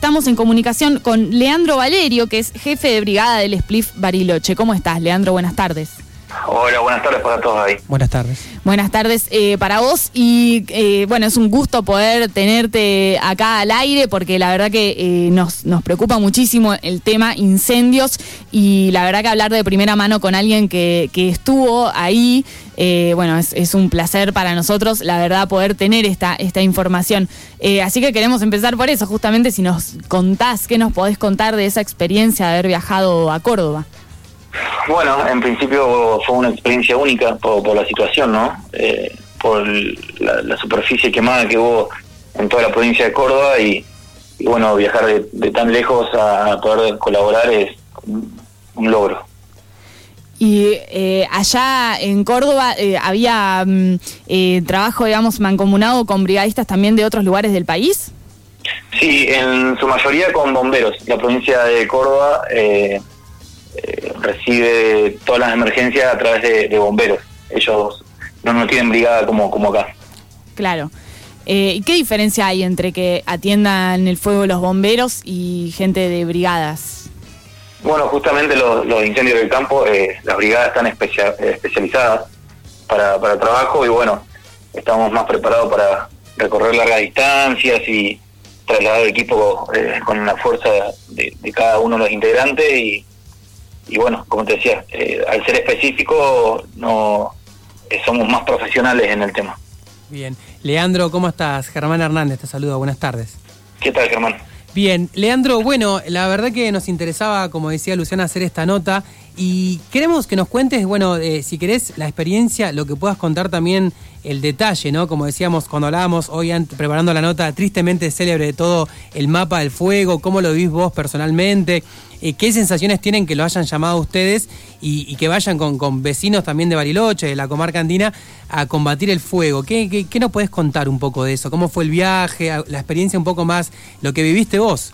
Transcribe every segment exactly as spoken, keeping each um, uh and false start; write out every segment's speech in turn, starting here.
estamos en comunicación con Leandro Valerio, que es jefe de brigada del S P L I F Bariloche. ¿Cómo estás, Leandro? Buenas tardes. Hola, buenas tardes para todos ahí. Buenas tardes. Buenas tardes eh, para vos y eh, bueno, es un gusto poder tenerte acá al aire porque la verdad que eh, nos, nos preocupa muchísimo el tema incendios y la verdad que hablar de primera mano con alguien que, que estuvo ahí, eh, bueno, es, es un placer para nosotros, la verdad, poder tener esta, esta información. Eh, así que queremos empezar por eso, justamente si nos contás, ¿qué nos podés contar de esa experiencia de haber viajado a Córdoba? Bueno, en principio fue una experiencia única por, por la situación, ¿no? Eh, por la, la superficie quemada que hubo en toda la provincia de Córdoba y, y bueno, viajar de, de tan lejos a, a poder colaborar es un, un logro. Y eh, allá en Córdoba eh, había mm, eh, trabajo, digamos, mancomunado con brigadistas también de otros lugares del país. Sí, en su mayoría con bomberos. La provincia de Córdoba eh, eh, recibe todas las emergencias a través de, de bomberos. Ellos no, no tienen brigada como, como acá. Claro. Eh, ¿Y qué diferencia hay entre que atiendan el fuego los bomberos y gente de brigadas? Bueno, justamente los, los incendios del campo, eh, las brigadas están especia, especializadas para, para trabajo y bueno, estamos más preparados para recorrer largas distancias y trasladar el equipo eh, con la fuerza de, de cada uno de los integrantes y, y bueno, como te decía, eh, al ser específico no eh, somos más profesionales en el tema. Bien. Leandro, ¿cómo estás? Germán Hernández te saluda, buenas tardes. ¿Qué tal, Germán? Bien, Leandro, bueno, la verdad que nos interesaba, como decía Luciana, hacer esta nota y queremos que nos cuentes, bueno, eh, si querés la experiencia, lo que puedas contar también el detalle, ¿no? Como decíamos cuando hablábamos hoy ant- preparando la nota, tristemente célebre de todo el mapa del fuego, cómo lo vivís vos personalmente, eh, qué sensaciones tienen que lo hayan llamado a ustedes y, y que vayan con, con vecinos también de Bariloche, de la comarca andina, a combatir el fuego. ¿Qué, qué, qué nos podés contar un poco de eso? ¿Cómo fue el viaje, la experiencia un poco más, lo que viviste vos?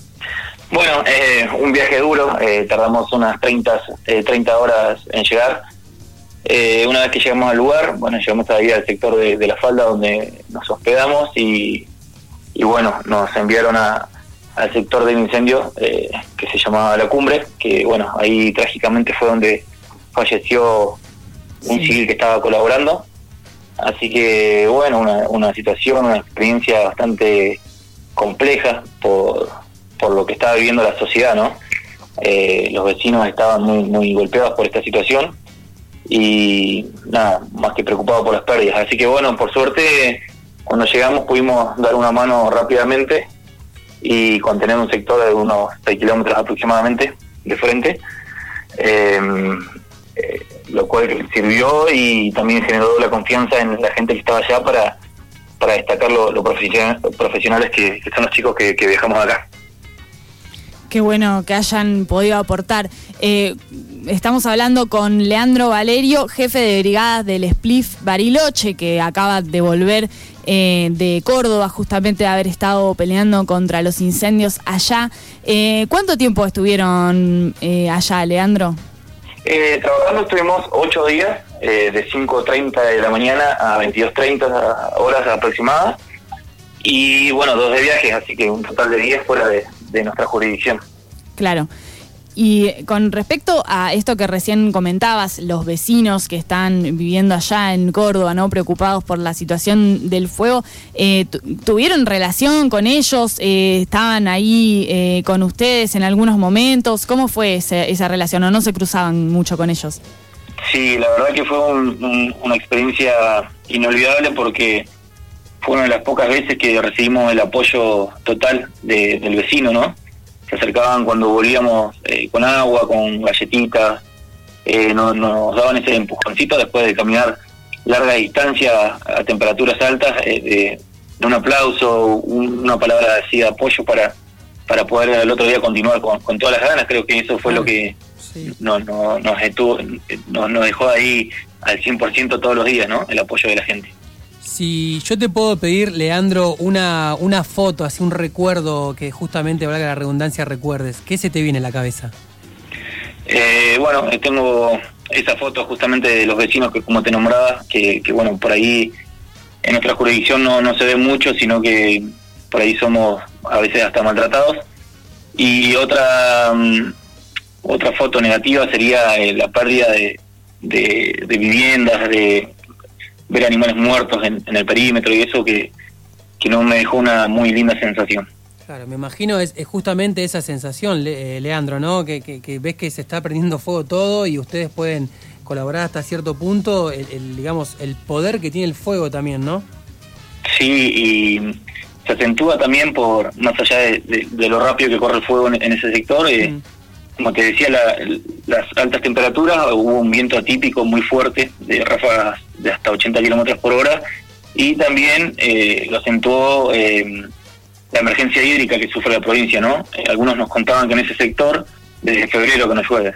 Bueno, eh, un viaje duro, eh, tardamos unas treinta, eh, treinta horas en llegar. Eh, una vez que llegamos al lugar, bueno, llegamos ahí al sector de, de la falda donde nos hospedamos y, y bueno, nos enviaron a, al sector del incendio eh, que se llamaba La Cumbre, que bueno, ahí trágicamente fue donde falleció un Sí. civil que estaba colaborando. Así que bueno, una, una situación, una experiencia bastante compleja por, por lo que estaba viviendo la sociedad, ¿no? Eh, los vecinos estaban muy, muy golpeados por esta situación y nada, más que preocupado por las pérdidas. Así que bueno, por suerte, cuando llegamos pudimos dar una mano rápidamente y contener un sector de unos seis kilómetros aproximadamente de frente, eh, eh, lo cual sirvió y también generó la confianza en la gente que estaba allá para, para destacar lo, lo profesional, profesionales que, que son los chicos que, que viajamos acá. Qué bueno que hayan podido aportar. Eh, estamos hablando con Leandro Valerio, jefe de brigadas del S P L I F Bariloche, que acaba de volver eh, de Córdoba, justamente de haber estado peleando contra los incendios allá. Eh, ¿Cuánto tiempo estuvieron eh, allá, Leandro? Eh, trabajando estuvimos ocho días, eh, de cinco treinta de la mañana a veintidós treinta horas aproximadas. Y bueno, dos de viajes, así que un total de diez fuera de, de nuestra jurisdicción. Claro. Y con respecto a esto que recién comentabas, los vecinos que están viviendo allá en Córdoba, ¿no? Preocupados por la situación del fuego, eh, ¿tuvieron relación con ellos? Eh, ¿Estaban ahí eh, con ustedes en algunos momentos? ¿Cómo fue ese, esa relación? ¿O no se cruzaban mucho con ellos? Sí, la verdad que fue un, un, una experiencia inolvidable porque fue una de las pocas veces que recibimos el apoyo total de, del vecino, ¿no? Se acercaban cuando volvíamos eh, con agua, con galletitas, eh, no, nos daban ese empujoncito después de caminar larga distancia a temperaturas altas, eh, de, de un aplauso, un, una palabra así de apoyo para, para poder al otro día continuar con, con todas las ganas. Creo que eso fue lo que sí. no, no, nos, detuvo, nos, nos dejó ahí al cien por ciento todos los días, ¿no? El apoyo de la gente. Si yo te puedo pedir, Leandro, una, una foto, así un recuerdo que justamente, valga la redundancia, recuerdes, ¿qué se te viene a la cabeza? Eh, bueno, tengo esa foto justamente de los vecinos que, como te nombraba, que, que bueno, por ahí en nuestra jurisdicción no, no se ve mucho, sino que por ahí somos a veces hasta maltratados. Y otra um, otra foto negativa sería eh, la pérdida de, de, de viviendas, de ver animales muertos en, en el perímetro, y eso que, que no me dejó una muy linda sensación. Claro, me imagino es, es justamente esa sensación, Le, eh, Leandro, ¿no? Que, que, que ves que se está prendiendo fuego todo y ustedes pueden colaborar hasta cierto punto, el, el, digamos, el poder que tiene el fuego también, ¿no? Sí, y se acentúa también por, más allá de, de, de lo rápido que corre el fuego en, en ese sector, eh, mm. como te decía, la, las altas temperaturas, hubo un viento atípico muy fuerte, de ráfagas de hasta ochenta kilómetros por hora, y también eh, lo acentuó eh, la emergencia hídrica que sufre la provincia, ¿no? Eh, algunos nos contaban que en ese sector, desde febrero que no llueve.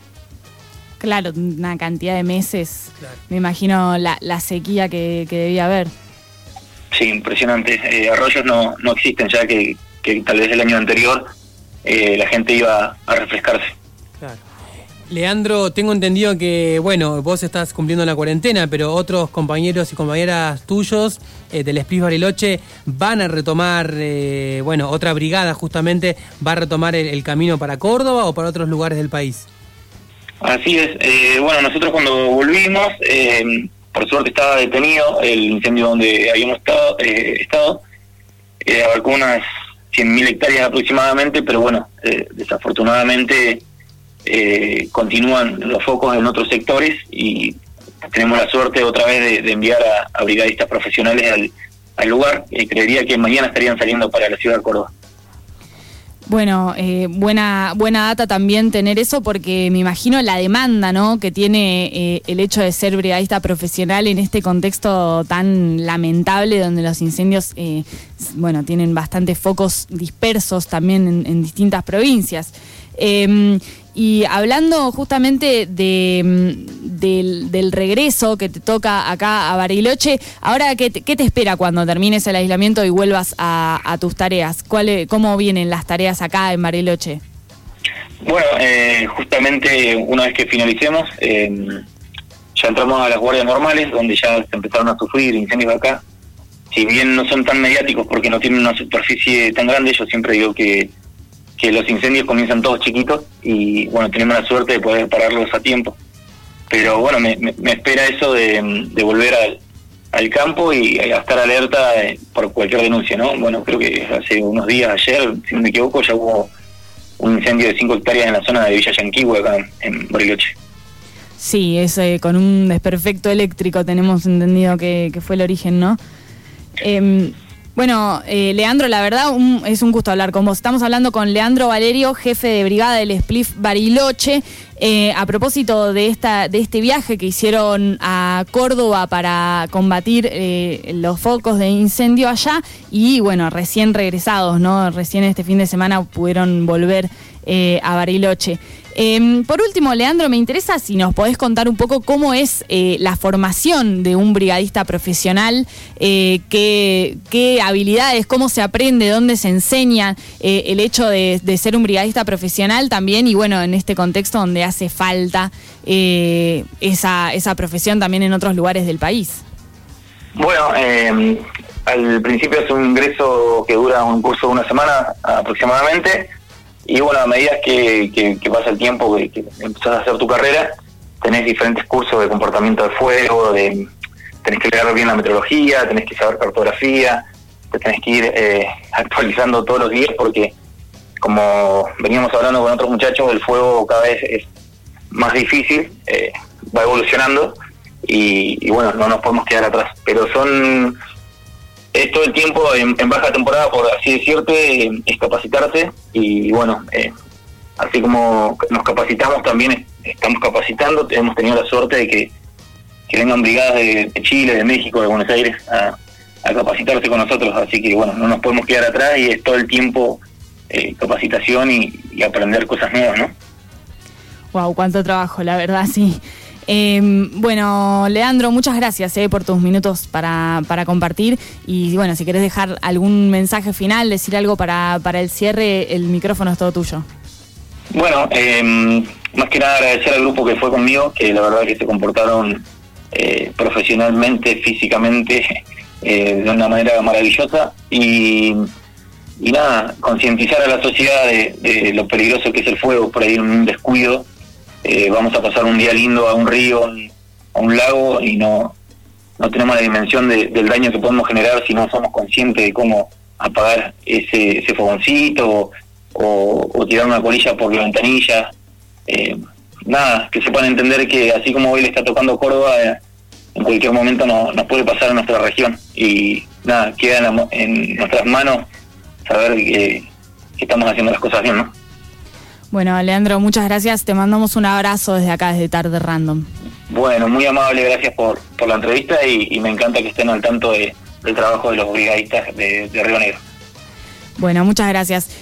Claro, una cantidad de meses, claro. Me imagino la, la sequía que, que debía haber. Sí, impresionante. Eh, arroyos no, no existen ya, que, que tal vez el año anterior eh, la gente iba a refrescarse. Claro. Leandro, tengo entendido que, bueno, vos estás cumpliendo la cuarentena, pero otros compañeros y compañeras tuyos eh, del Split Bariloche van a retomar, eh, bueno, otra brigada justamente va a retomar el, el camino para Córdoba o para otros lugares del país. Así es. Eh, bueno, nosotros cuando volvimos, eh, por suerte estaba detenido el incendio donde habíamos estado, eh, estado eh, abarcó unas cien mil hectáreas aproximadamente, pero bueno, eh, desafortunadamente eh, continúan los focos en otros sectores y tenemos la suerte otra vez de, de enviar a, a brigadistas profesionales al, al lugar, y creería que mañana estarían saliendo para la ciudad de Córdoba. Bueno, eh, buena buena data también tener eso, porque me imagino la demanda, ¿no?, que tiene eh, el hecho de ser brigadista profesional en este contexto tan lamentable, donde los incendios, eh, bueno, tienen bastantes focos dispersos también en, en distintas provincias. Eh, y hablando justamente de, del, del regreso que te toca acá a Bariloche, ahora, ¿qué te, qué te espera cuando termines el aislamiento y vuelvas a, a tus tareas? ¿Cuál, ¿Cómo vienen las tareas acá en Bariloche? Bueno, eh, justamente una vez que finalicemos, eh, ya entramos a las guardias normales, donde ya se empezaron a sufrir incendios acá. Si bien no son tan mediáticos porque no tienen una superficie tan grande, yo siempre digo que que los incendios comienzan todos chiquitos y bueno, tenemos la suerte de poder pararlos a tiempo. Pero bueno, me, me, me espera eso de, de volver al, al campo y a estar alerta por cualquier denuncia, ¿no? Bueno, creo que hace unos días, ayer, si no me equivoco, ya hubo un incendio de cinco hectáreas en la zona de Villa Yanquihue, acá en Bariloche. Sí, es eh, con un desperfecto eléctrico, tenemos entendido que, que fue el origen, ¿no? Eh, Bueno, eh, Leandro, la verdad un, es un gusto hablar con vos. Estamos hablando con Leandro Valerio, jefe de brigada del Split Bariloche, eh, a propósito de esta de este viaje que hicieron a Córdoba para combatir eh, los focos de incendio allá y, bueno, recién regresados, ¿no? Recién este fin de semana pudieron volver eh, a Bariloche. Eh, por último, Leandro, me interesa si nos podés contar un poco cómo es eh, la formación de un brigadista profesional, eh, qué, qué habilidades, cómo se aprende, dónde se enseña eh, el hecho de, de ser un brigadista profesional también, y bueno, en este contexto donde hace falta eh, esa, esa profesión también en otros lugares del país. Bueno, eh, al principio es un ingreso que dura un curso de una semana aproximadamente. Y bueno, a medida que, que, que pasa el tiempo, que, que empezás a hacer tu carrera, tenés diferentes cursos de comportamiento de fuego, de, tenés que leer bien la meteorología, tenés que saber cartografía, te tenés que ir eh, actualizando todos los días, porque como veníamos hablando con otros muchachos, el fuego cada vez es más difícil, eh, va evolucionando y, y bueno, no nos podemos quedar atrás. Pero son... es todo el tiempo en, en baja temporada, por así decirte, es capacitarte y bueno, eh, así como nos capacitamos también estamos capacitando. Hemos tenido la suerte de que, que vengan brigadas de, de Chile, de México, de Buenos Aires a, a capacitarse con nosotros, así que bueno, no nos podemos quedar atrás y es todo el tiempo eh, capacitación y, y aprender cosas nuevas, ¿no? Wow, cuánto trabajo, la verdad, sí. Eh, bueno, Leandro, muchas gracias eh, por tus minutos para, para compartir y bueno, si querés dejar algún mensaje final, decir algo para, para el cierre, el micrófono es todo tuyo. Bueno, eh, más que nada agradecer al grupo que fue conmigo, que la verdad que se comportaron eh, profesionalmente, físicamente, eh, de una manera maravillosa y y nada, concientizar a la sociedad de, de lo peligroso que es el fuego. Por ahí en un descuido eh, vamos a pasar un día lindo a un río, a un lago, y no no tenemos la dimensión de, del daño que podemos generar si no somos conscientes de cómo apagar ese, ese fogoncito o, o, o tirar una colilla por la ventanilla. Eh, nada, que sepan entender que así como hoy le está tocando Córdoba, eh, en cualquier momento no, nos puede pasar en nuestra región, y nada, queda en, la, en nuestras manos saber que, que estamos haciendo las cosas bien, ¿no? Bueno, Leandro, muchas gracias, te mandamos un abrazo desde acá, desde Tarde Random. Bueno, muy amable, gracias por, por la entrevista, y, y me encanta que estén al tanto de, del trabajo de los brigadistas de, de Río Negro. Bueno, muchas gracias.